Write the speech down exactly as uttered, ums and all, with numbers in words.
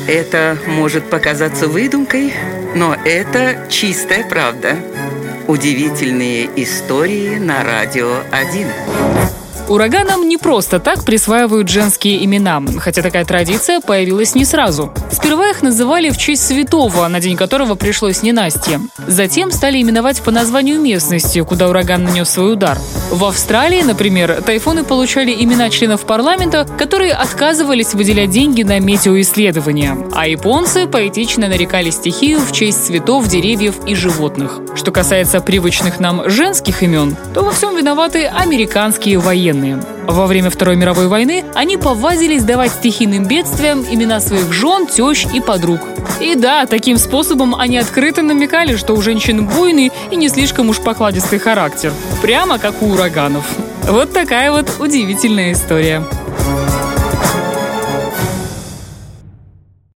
Это может показаться выдумкой, но это чистая правда. Удивительные истории на Радио один. Ураганам не просто так присваивают женские имена, хотя такая традиция появилась не сразу. Сперва их называли в честь святого, на день которого пришлось ненастье. Затем стали именовать по названию местности, куда ураган нанес свой удар. В Австралии, например, тайфуны получали имена членов парламента, которые отказывались выделять деньги на метеоисследования. А японцы поэтично нарекали стихию в честь цветов, деревьев и животных. Что касается привычных нам женских имен, то во всем виноваты американские военные. Во время Второй мировой войны они повадились давать стихийным бедствиям имена своих жен, тещ и подруг. И да, таким способом они открыто намекали, что у женщин буйный и не слишком уж покладистый характер. Прямо как у ураганов. Вот такая вот удивительная история.